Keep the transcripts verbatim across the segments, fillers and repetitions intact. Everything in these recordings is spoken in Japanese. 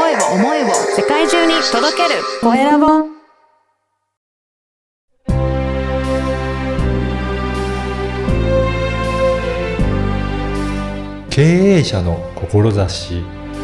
声を思いを世界中に届けるコエラボ。 経営者の志。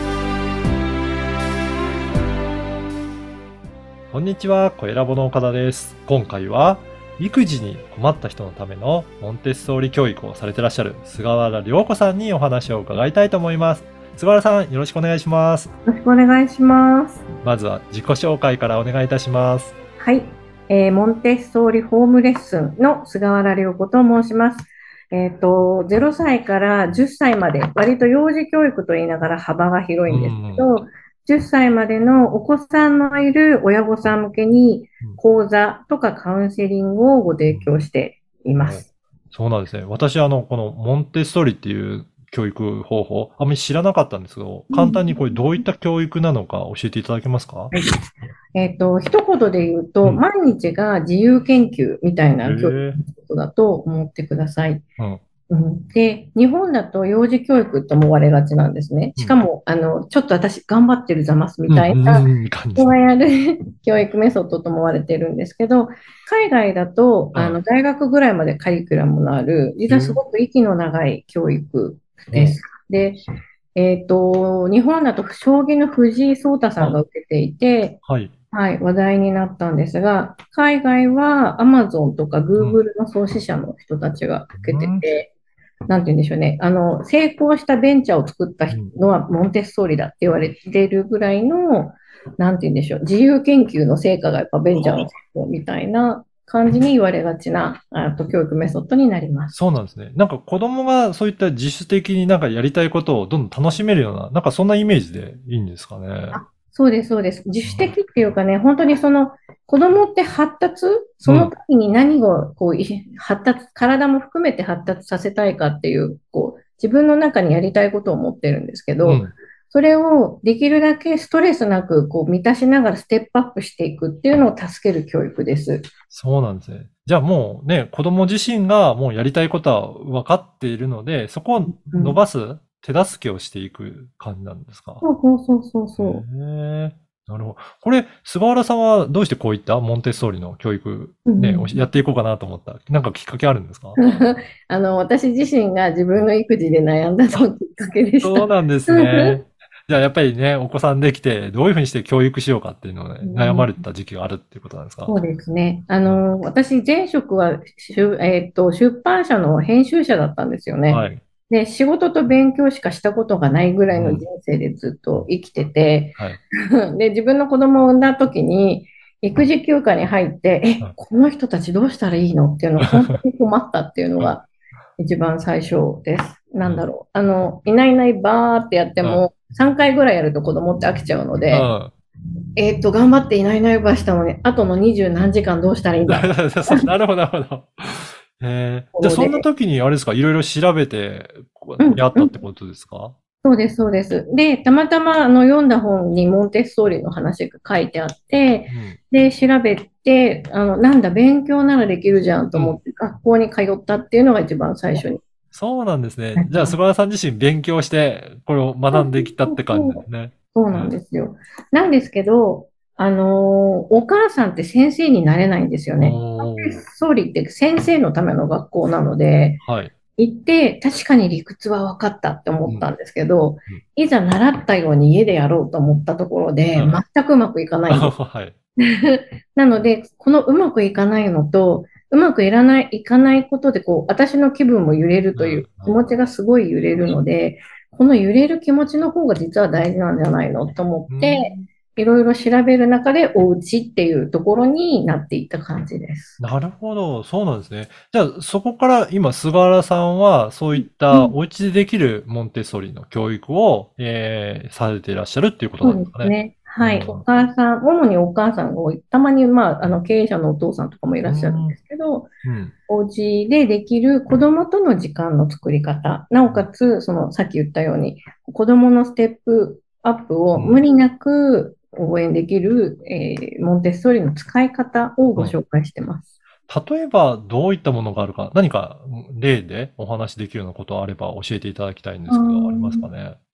こんにちは、コエラボの岡田です。今回は育児に困った人のためのモンテッソーリ教育をされていらっしゃる菅原涼子さんにお話を伺いたいと思います。菅原さん、よろしくお願いします。 よろしくお願いします。 まずは自己紹介からお願いいたします。 はい、えー、モンテッソーリホームレッスンの菅原涼子と申します。えっと、ゼロさいからじゅっさいまで、割と幼児教育と言いながら幅が広いんですけど、うん、じゅっさいまでのお子さんのいる親御さん向けに講座とかカウンセリングをご提供しています。 うん、そうなんですね。私、あの、このモンテッソーリっていう教育方法、あんまり知らなかったんですけど、簡単にこれどういった教育なのか教えていただけますか？はい、 えっと、一言で言うと、うん、毎日が自由研究みたいな教育のことだと思ってください。うんうん、で、日本だと幼児教育と思われがちなんですね。しかも、うん、あの、ちょっと私頑張ってるざますみたいな、人がやる教育メソッドと思われてるんですけど、海外だと、あの、大学ぐらいまでカリキュラムのある、実はすごく息の長い教育です。で、えっと、日本だと将棋の藤井聡太さんが受けていて、はい、はい、話題になったんですが、海外は Amazon とか Google の創始者の人たちが受けてて、うん、なんて言うんでしょうね、あの、成功したベンチャーを作ったのはモンテッソーリだって言われてるぐらいの、なんて言うんでしょう、自由研究の成果がやっぱベンチャーの成功みたいな感じに言われがちな、あと教育メソッドになります。 そうなんですね。なんか子供がそういった自主的になんかやりたいことをどんどん楽しめるような、なんかそんなイメージでいいんですかね。 あ、そうです、そうです。自主的っていうかね、本当にその子供って発達、その時に何をこう発達、体も含めて発達させたいかっていう、こう自分の中にやりたいことを持ってるんですけど、うん、それをできるだけストレスなくこう満たしながらステップアップしていくっていうのを助ける教育です。 そうなんですね。じゃあもうね、子供自身がもうやりたいことは分かっているので、そこを伸ばす手助けをしていく感じなんですか？ うん、そうそうそうそう。 へー、なるほど。これ、菅原さんはどうしてこういったモンテッソーリの教育ね、うん、やっていこうかなと思った。なんかきっかけあるんですか？ あの、私自身が自分の育児で悩んだのきっかけでした。 そうなんですね。じゃあやっぱりね、お子さんできて、どういうふうにして教育しようかっていうのをね、悩まれた時期があるっていうことなんですか？ そうですね。あの、私、前職は、えっと、出版社の編集者だったんですよね。はい。で、仕事と勉強しかしたことがないぐらいの人生でずっと生きてて、うん、はい、で、自分の子供を産んだ時に、育児休暇に入って、え、この人たちどうしたらいいのっていうのを本当に困ったっていうのが一番最初です。なんだろう。あの、いないいないばーってやっても、さんかいぐらいやると子供って飽きちゃうので、えっと、頑張っていないいないばしたのに、あとの二十何時間どうしたらいいんだなるほど、なるほど。えー、じゃあそんな時にあれですか、いろいろ調べてやったってことですか？うんうん、 そうです、そうです。で、たまたまあの読んだ本にモンテッソーリの話が書いてあって、うん、で、調べて、あの、なんだ、勉強ならできるじゃんと思って、学校に通ったっていうのが一番最初に。 そうなんですね。じゃあ、菅原さん自身勉強して、これを学んできたって感じですね。 そうなんですよ。なんですけど、あのー、お母さんって先生になれないんですよね。モンテッソーリって先生のための学校なので、はい、行って、確かに理屈は分かったって思ったんですけど、うんうん、いざ習ったように家でやろうと思ったところで、うん、全くうまくいかないんです。はい、なので、このうまくいかないのと、うまくいらない、いかないことで、こう、私の気分も揺れるという気持ちがすごい揺れるので、この揺れる気持ちの方が実は大事なんじゃないのと思って、いろいろ調べる中でお家っていうところになっていった感じです。 なるほど。そうなんですね。じゃあ、そこから今、菅原さんは、そういったお家でできるモンテッソーリの教育を、うん、えー、されていらっしゃるっていうことなんですかね。そうですね。 はい。うん、お母さん、主にお母さんが多い。たまに、まあ、あの、経営者のお父さんとかもいらっしゃるんですけど、うん、お家でできる子供との時間の作り方。なおかつ、その、さっき言ったように、子供のステップアップを無理なく応援できる、えー、モンテッソーリの使い方をご紹介してます。 例えば、どういったものがあるか、何か例でお話しできるようなことあれば教えていただきたいんですけど、ありますかね？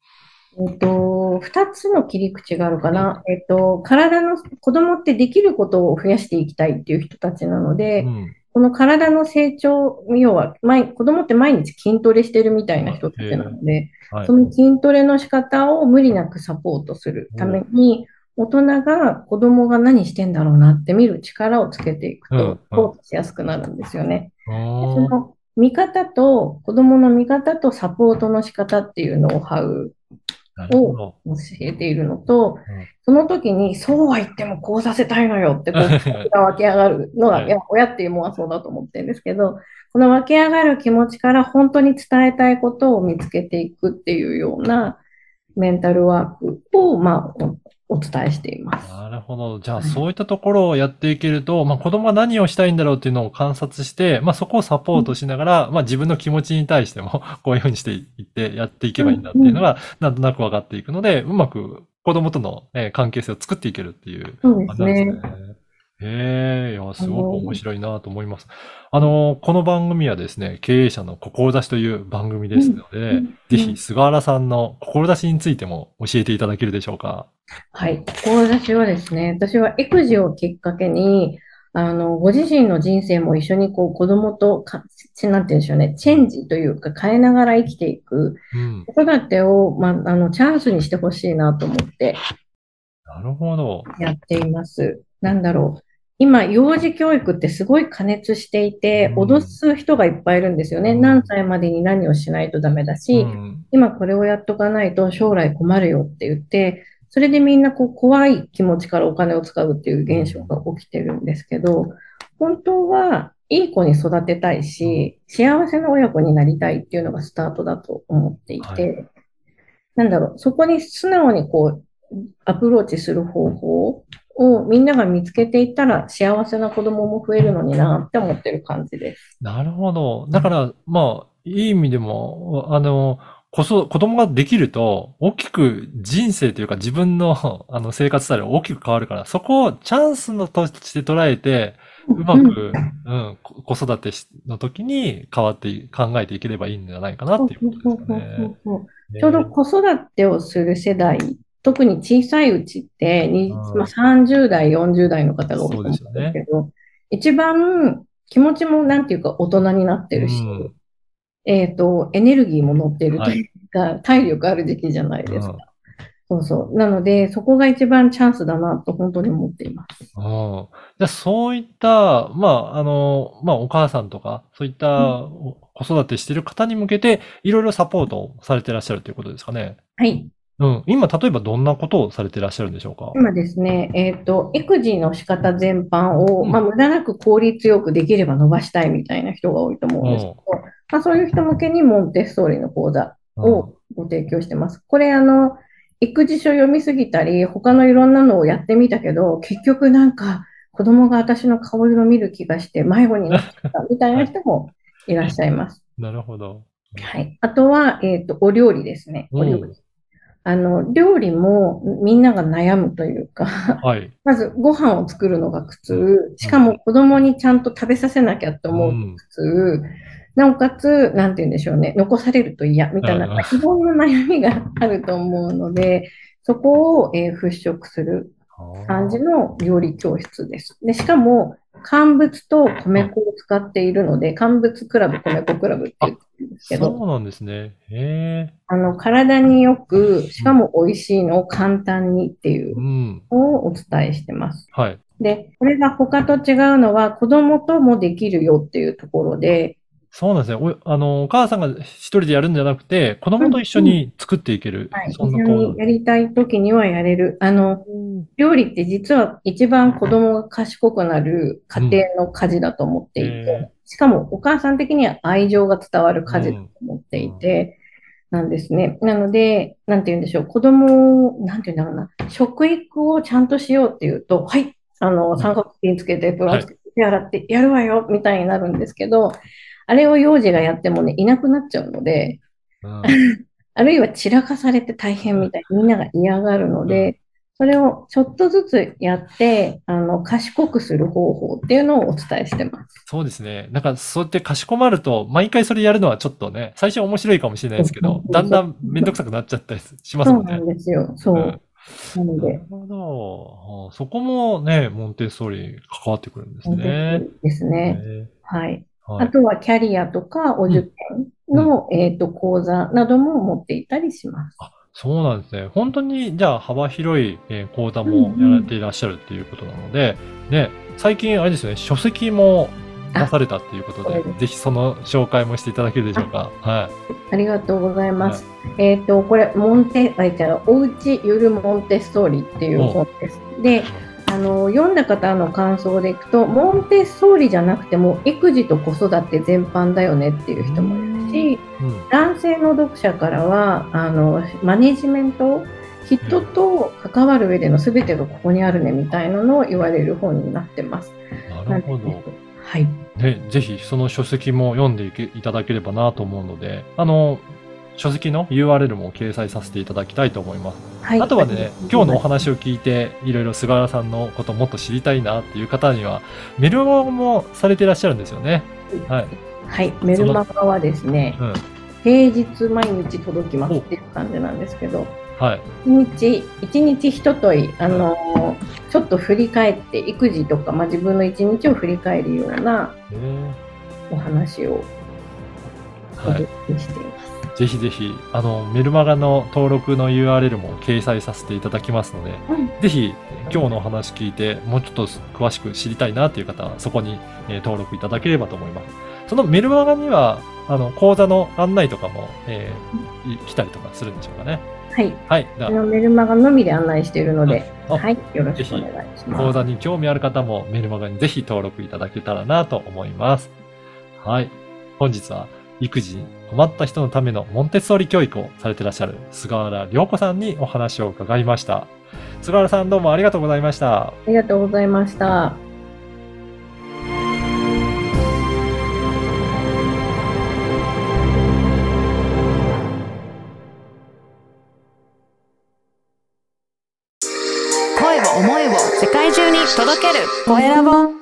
えっと、二つの切り口があるかな。えっと、体の、子供ってできることを増やしていきたいっていう人たちなので、 うん。 この体の成長、要は、毎子供って毎日筋トレしてるみたいな人たちなへえ。 ので、 はい。 その筋トレの仕方を無理なくサポートするためおに、大人が子供が何してんだろうなって見る力をつけていくうん、 と、 うん。 サポートしやすくなるんですよね。でそおー、 の見方と、子供の見方とサポートの仕方っていうノウハウなるほをど。 教えているのと、 うん。 その時に、そうは言ってもこうさせたいのよって、こう、気持ちが湧き上がるのが、いや、 はい。 親っていうものはそうだと思ってるんですけど、この湧き上がる気持ちから本当に伝えたいことを見つけていくっていうようなメンタルワークを、まあ、お、お伝えしています。 なるほど。じゃあ、 はい。 そういったところをやっていけると、まあ、子供が何をしたいんだろうっていうのを観察して、まあ、そこをサポートしながら、まあ、自分の気持ちに対しても、こういうふうにしていってやっていけうばいいんだっていうのんうん。 が、なんとなく分かっていくので、うまく子供との、えー関係性を作っていけるっていうそうで感じなんですね。 すね。 へえ、いや、すごくあの、 面白いなと思います。あの、この番組はですね、経営者の志という番組ですうんので、 うんぜひうん。 菅原さんの志についても教えていただけるでしょうか。 はい。志はですね、私は育児をきっかけに、あの、ご自身の人生も一緒にこう子供とか、ちなんて言うんでしょうね、チェンジというか変えながら生きていく、 うん。 子育てを、まあ、あの、チャンスにしてほしいなと思ってなるほど。 やっています。なんだろう。今、幼児教育ってすごい過熱していて、脅うん。 す人がいっぱいいるんですよね。何うん。 歳までに何をしないとダメだうし、 ん。 今これをやっとかないと将来困るよって言って、それでみんなこう怖い気持ちからお金を使うっていううん。 現象が起きてるんですけど、本当はいい子に育てたいうん。 し、幸せな親子になりたいっていうのがスタートだと思っていはい。 て、なんだろう、そこに素直にこう、アプローチする方法をみんなが見つけていったら幸せな子供も増えるのになって思ってる感じです。 なるほど。だから、まあ、いい意味でも、あの、こそ、子供ができると、大きく人生というか自分の、あの、生活スタイルが大きく変わるから、そこをチャンスのとして捉えて、うまうん、 く、うん、こ子育てしの時に変わってい、考えていければいいんじゃないかなそうっていうことですそうそうそうそかね。 うそう。ちょうどね子育てをする世代、特に小さいうちってに、まあ、 うん。 さんじゅう代、よんじゅう代の方が多いそうでと思うんですすよね。 けど、一番気持ちもなんていうか大人になってうるし、 ん。 えっと、エネルギーも乗ってるとはい。 いうか、体力ある時期じゃないですか。 うん。 そうそう。なので、そこが一番チャンスだなと本当に思っています。 うん。じゃあ、そういった、まあ、あの、まあ、お母さんとか、そういったお子育てしている方に向けて、いろいろサポートをされていらっしゃるということですかね。 はい。 うん。今、例えばどんなことをされていらっしゃるんでしょうか？ 今ですね、えっと、育児の仕方全般を、まあ、 うん。 無駄なく効率よくできれば伸ばしたいみたいな人が多いと思うんですけうん。 ど、まあ、そういう人向けにモンテッソーリの講座うん。 をご提供してます。これ、あの、育児書読みすぎたり、他のいろんなのをやってみたけど、結局なんか子供が私の顔色見る気がして迷子になっちゃったみたいなはい。 人もいらっしゃいます。 なるほど。 はい。あとは、えっと、お料理ですね。お料理。 うん。 あの、料理もみんなが悩むというかはい。 まずご飯を作るのが苦うん。 痛、しうん。 かも子供にちゃんと食べさせなきゃとう思うとん。 苦痛、なおかつ、なんて言うんでしょうね、残されると嫌みたいな、まあ、いろんな悩みがあると思うので、そこを、えー払拭する感じあの料理教室です。で、しかも、乾物と米あ。 粉を使っているので、乾物クラブ、米粉クラブって言っあ、 てるんですけど、 そうなんですね。へえ。 あの、体によく、しうん。 かも美味しいのを簡単にっていううん。 のをお伝えしてます。 はい。 で、これが他と違うのは、子供ともできるよっていうところで、 そうなんですね。おあの、お母さんが一人でやるんじゃなくて、子供と一緒うんうん、 に作っていける、 はい、 そんな一緒こうなんですね。 にやりたい時にはやれる。あの、 うん。 料理って実は一番子供が賢くなる家うん。 庭の家事だと思っていて、 ええ。 しかもお母さん的には愛情が伝わる家事だとうん。 思っていうん。 て、なんですね。なので、なんて言うんでしょう。子供を、なんて言うんだろうな。食育をちゃんとしようっていうと、はい、あの、 うん。 三角巾つけて、プロンはい。 つけて、手洗ってやるわよ、みたいになるんですけど、あれを幼児がやってもね、いなくなっちゃうので、 うん。 あるいは散らかされて大変みたいにみんなが嫌がるのうん。 で、 それをちょっとずつやって、あの、賢くする方法っていうのをお伝えしてます。 そうですね。なんかそうやってかしこまると、毎回それやるのはちょっとね、最初は面白いかもしれないですけど、だんだんめんどくさくなっちゃったりしますそうなもんね。 んですよ。そうん。 う。なので、 なるほど。あ、そこもね、モンテッソーリに関わってくるんですコンテストね。 ですね。 へえ。 はい。 はい。 あとはキャリアとかおうん、 受験うん。 の、えっと、講座なども持っていたりします。 あ、そうなんですね。本当に、じゃあ、幅広い、えー講座うんもやられうん。 ていらっしゃるっていうことなので、ね、最近あれですよね、書籍も出あ、 されたっていうことで、 これです。 ぜひその紹介もしていただけるでしょうあ、 か。はありがとうございい。 ます。 はい。 えっと、これ、モンテ、あ、じゃあ、おうちゆるモンテッソーリっていうおう。 本です。で、 はい。 あの、読んだ方の感想でいくと、モンテッソーリじゃなくても、育児と子育て全般だよねっていうーう人もいるん。 し、 うん。 男性の読者からは、あの、マネジメント、人ええ、 と関わる上での全てがここにあるねみたいなのを言われる本になってます。 なるなんで、 ほど。 はい。 ね、ぜひその書籍も読んでいけいただければなと思うので、あの、書籍の ユーアールエル も掲載させていただきたいと思います。 はい。 あとはね、 ありがとう今日のおございます。 話を聞いて、いろいろ菅原さんのことをもっと知りたいなっていう方には、メルマガもされていらっしゃるんですよね。はい。 はい。メルその、 マガはですね、 うん。 平日毎日届きますお、 っていう感じなんですけど、 はい。 一日、一日一問い、あうん。 の、ちょっと振り返って、育児とか、まあ、自分の一日を振り返るようなええ、 お話をおはい。 届けしています。 ぜひぜひ、あの、メルマガの登録の ユーアールエル も掲載させていただきますので、 うん。 ぜひ、今日のお話聞いて、もうちょっと詳しく知りたいなっていう方は、そこに、えー登録いただければと思います。そのメルマガには、あの、講座の案内とかも、えーい来たりとかするんでしょうかね。 はい。 はい。では、 あのメルマガのみで案内しているのうん。 で、 あ、 はい。よろしくお願ぜひ、 いします。 講座に興味ある方もメルマガにぜひ登録いただけたらなと思います。はい。本日は育児に困った人のためのモンテッソーリ教育をされていらっしゃる菅原良子さんにお話を伺いました。菅原さんどうもありがとうございました。 ありがとうございました。 声を思いを世界中に届けるコエラボ。